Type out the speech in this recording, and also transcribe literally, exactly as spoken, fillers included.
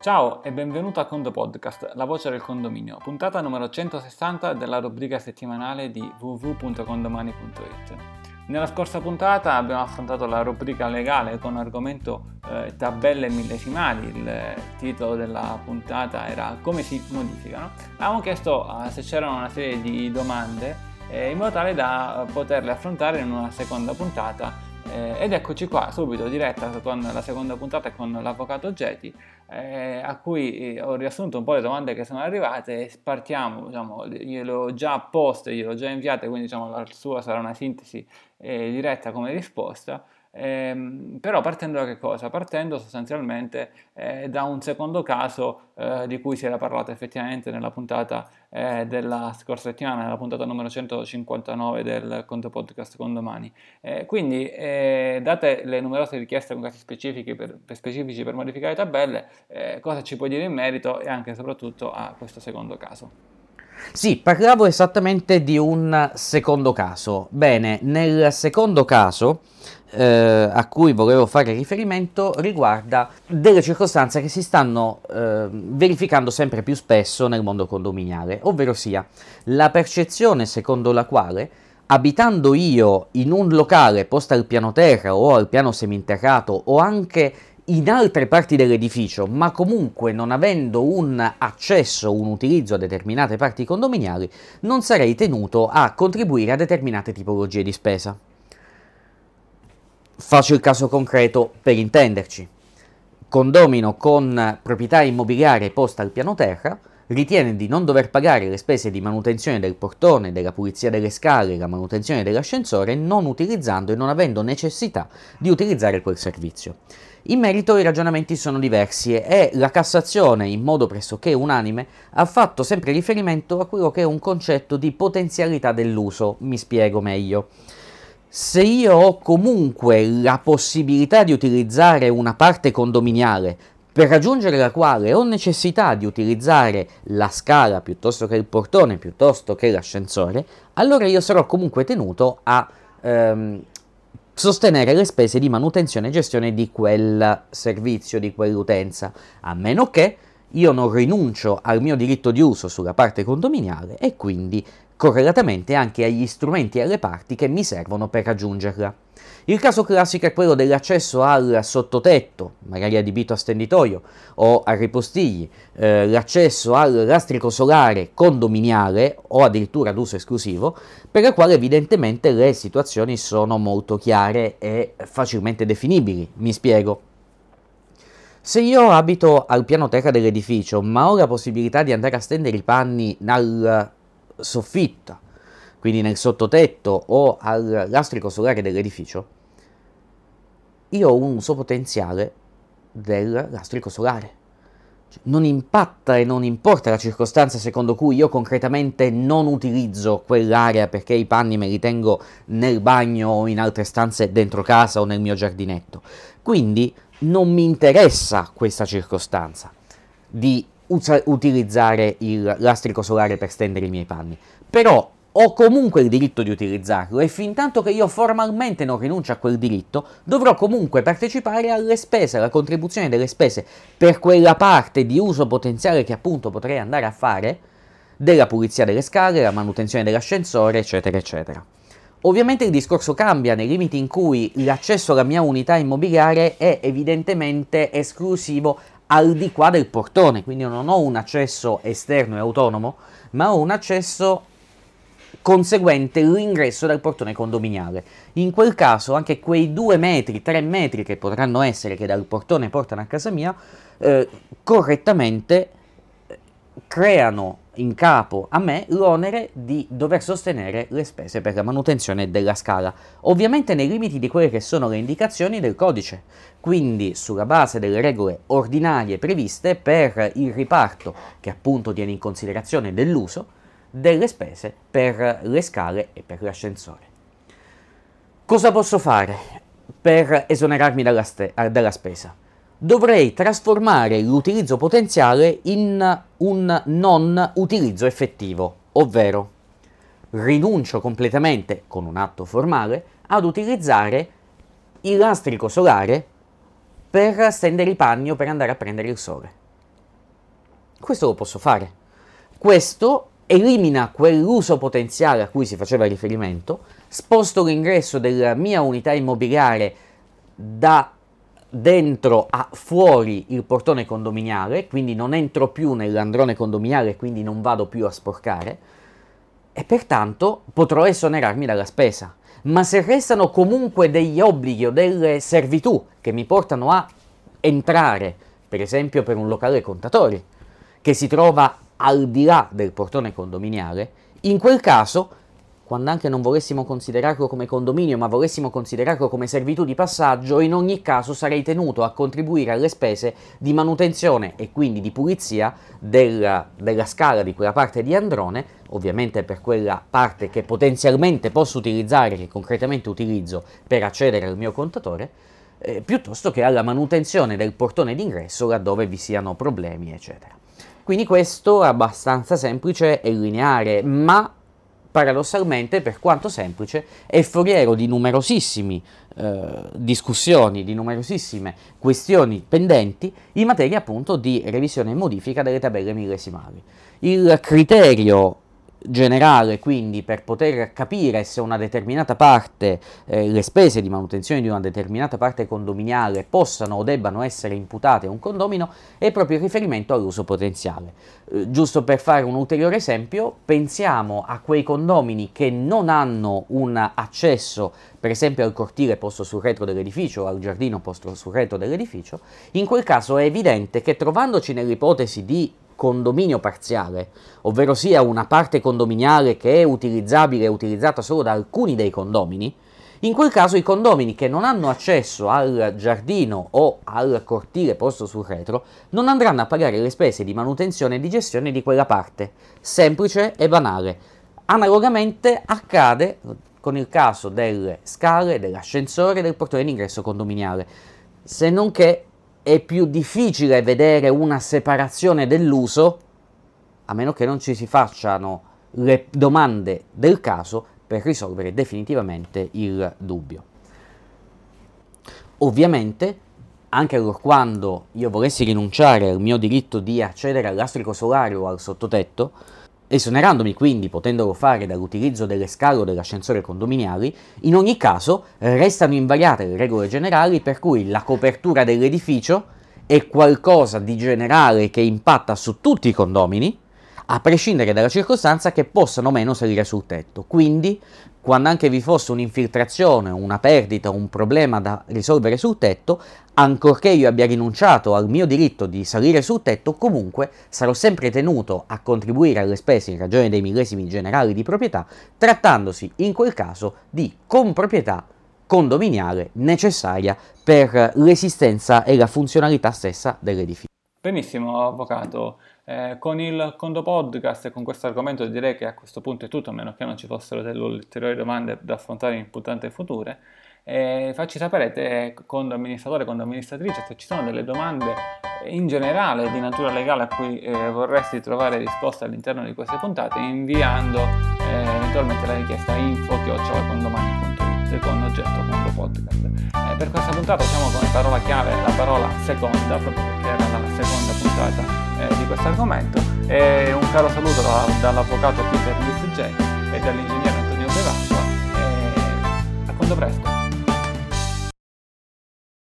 Ciao e benvenuto a Condo Podcast, la voce del condominio, puntata numero centosessanta della rubrica settimanale di w w w punto condomani punto i t. Nella scorsa puntata abbiamo affrontato la rubrica legale con argomento eh, tabelle millesimali. Il titolo della puntata era come si modificano. Avevamo chiesto uh, se c'erano una serie di domande eh, in modo tale da poterle affrontare in una seconda puntata. Eh, ed eccoci qua, subito, diretta con la seconda puntata con l'avvocato Geti, eh, a cui ho riassunto un po' le domande che sono arrivate. Partiamo, diciamo, glielo ho già poste, glielo ho già inviate, quindi diciamo la sua sarà una sintesi eh, diretta come risposta. Eh, però partendo da che cosa? Partendo sostanzialmente eh, da un secondo caso eh, di cui si era parlato effettivamente nella puntata eh, della scorsa settimana, nella puntata numero centocinquantanove del Conto Podcast Condomani. Eh, quindi, eh, date le numerose richieste con casi specifici per, per, specifici per modificare le tabelle, eh, cosa ci puoi dire in merito e anche e soprattutto a questo secondo caso? Sì, parlavo esattamente di un secondo caso. Bene, nel secondo caso eh, a cui volevo fare riferimento riguarda delle circostanze che si stanno eh, verificando sempre più spesso nel mondo condominiale, ovvero sia la percezione secondo la quale, abitando io in un locale posto al piano terra o al piano seminterrato o anche in altre parti dell'edificio, ma comunque non avendo un accesso, un utilizzo a determinate parti condominiali, non sarei tenuto a contribuire a determinate tipologie di spesa. Faccio il caso concreto per intenderci. Condomino con proprietà immobiliare posta al piano terra ritiene di non dover pagare le spese di manutenzione del portone, della pulizia delle scale, la manutenzione dell'ascensore, non utilizzando e non avendo necessità di utilizzare quel servizio. In merito i ragionamenti sono diversi e la Cassazione, in modo pressoché unanime, ha fatto sempre riferimento a quello che è un concetto di potenzialità dell'uso. Mi spiego meglio. Se io ho comunque la possibilità di utilizzare una parte condominiale per raggiungere la quale ho necessità di utilizzare la scala piuttosto che il portone, piuttosto che l'ascensore, allora io sarò comunque tenuto a ehm, sostenere le spese di manutenzione e gestione di quel servizio, di quell'utenza, a meno che io non rinuncio al mio diritto di uso sulla parte condominiale e quindi correlatamente anche agli strumenti e alle parti che mi servono per raggiungerla. Il caso classico è quello dell'accesso al sottotetto, magari adibito a stenditoio o a ripostigli, eh, l'accesso al lastrico solare condominiale o addirittura ad uso esclusivo, per la quale evidentemente le situazioni sono molto chiare e facilmente definibili. Mi spiego. Se io abito al piano terra dell'edificio, ma ho la possibilità di andare a stendere i panni al soffitto, quindi nel sottotetto o al lastrico solare dell'edificio, io ho un uso potenziale del lastrico solare. Cioè, non impatta e non importa la circostanza secondo cui io concretamente non utilizzo quell'area perché i panni me li tengo nel bagno o in altre stanze dentro casa o nel mio giardinetto. Quindi non mi interessa questa circostanza di usa- utilizzare il lastrico solare per stendere i miei panni. Però ho comunque il diritto di utilizzarlo e fin tanto che io formalmente non rinuncio a quel diritto, dovrò comunque partecipare alle spese, alla contribuzione delle spese per quella parte di uso potenziale che appunto potrei andare a fare della pulizia delle scale, la manutenzione dell'ascensore, eccetera, eccetera. Ovviamente il discorso cambia nei limiti in cui l'accesso alla mia unità immobiliare è evidentemente esclusivo al di qua del portone, quindi non ho un accesso esterno e autonomo, ma ho un accesso conseguente l'ingresso dal portone condominiale. In quel caso anche quei due metri, tre metri che potranno essere che dal portone portano a casa mia, eh, correttamente creano in capo a me l'onere di dover sostenere le spese per la manutenzione della scala, ovviamente nei limiti di quelle che sono le indicazioni del codice, quindi sulla base delle regole ordinarie previste per il riparto che appunto tiene in considerazione dell'uso delle spese per le scale e per l'ascensore. Cosa posso fare per esonerarmi dalla, ste- dalla spesa? Dovrei trasformare l'utilizzo potenziale in un non utilizzo effettivo, ovvero rinuncio completamente, con un atto formale, ad utilizzare il lastrico solare per stendere i panni o per andare a prendere il sole. Questo lo posso fare. Questo elimina quell'uso potenziale a cui si faceva riferimento, sposto l'ingresso della mia unità immobiliare da dentro a fuori il portone condominiale, quindi non entro più nell'androne condominiale, quindi non vado più a sporcare, e pertanto potrò esonerarmi dalla spesa. Ma se restano comunque degli obblighi o delle servitù che mi portano a entrare, per esempio per un locale contatori, che si trova al di là del portone condominiale, in quel caso, quando anche non volessimo considerarlo come condominio, ma volessimo considerarlo come servitù di passaggio, in ogni caso sarei tenuto a contribuire alle spese di manutenzione e quindi di pulizia della, della scala di quella parte di androne, ovviamente per quella parte che potenzialmente posso utilizzare, che concretamente utilizzo per accedere al mio contatore, eh, piuttosto che alla manutenzione del portone d'ingresso laddove vi siano problemi, eccetera. Quindi questo è abbastanza semplice e lineare, ma paradossalmente, per quanto semplice, è foriero di numerosissime eh, discussioni, di numerosissime questioni pendenti in materia appunto di revisione e modifica delle tabelle millesimali. Il criterio generale, quindi, per poter capire se una determinata parte, eh, le spese di manutenzione di una determinata parte condominiale possano o debbano essere imputate a un condomino, è proprio il riferimento all'uso potenziale. Eh, giusto per fare un ulteriore esempio, pensiamo a quei condomini che non hanno un accesso, per esempio al cortile posto sul retro dell'edificio o al giardino posto sul retro dell'edificio. In quel caso è evidente che, trovandoci nell'ipotesi di condominio parziale, ovvero sia una parte condominiale che è utilizzabile e utilizzata solo da alcuni dei condomini, in quel caso i condomini che non hanno accesso al giardino o al cortile posto sul retro non andranno a pagare le spese di manutenzione e di gestione di quella parte, semplice e banale. Analogamente accade con il caso delle scale, dell'ascensore e del portone d'ingresso condominiale, se non che è più difficile vedere una separazione dell'uso, a meno che non ci si facciano le domande del caso per risolvere definitivamente il dubbio. Ovviamente, anche allorquando io volessi rinunciare al mio diritto di accedere al lastrico solare o al sottotetto, esonerandomi quindi, potendolo fare, dall'utilizzo delle scale o dell'ascensore condominiali, in ogni caso restano invariate le regole generali per cui la copertura dell'edificio è qualcosa di generale che impatta su tutti i condomini, a prescindere dalla circostanza che possano o meno salire sul tetto. Quindi, quando anche vi fosse un'infiltrazione, una perdita, un problema da risolvere sul tetto, ancorché io abbia rinunciato al mio diritto di salire sul tetto, comunque sarò sempre tenuto a contribuire alle spese in ragione dei millesimi generali di proprietà, trattandosi in quel caso di comproprietà condominiale necessaria per l'esistenza e la funzionalità stessa dell'edificio. Benissimo, avvocato. Eh, con il Condo Podcast e con questo argomento direi che a questo punto è tutto, a meno che non ci fossero delle ulteriori domande da affrontare in puntate future. Eh, facci sapere te, condo amministratore, condo amministratrice, se ci sono delle domande in generale di natura legale a cui eh, vorresti trovare risposte all'interno di queste puntate, inviando eh, eventualmente la richiesta a info chiocciola condomani punto it con oggetto Condo Podcast. Eh, per questa puntata usiamo come parola chiave la parola seconda, proprio perché era la seconda puntata eh, di questo argomento. E un caro saluto da, dall'avvocato Peter Luis J e dall'ingegnere Antonio Bevacqua. E a quando presto.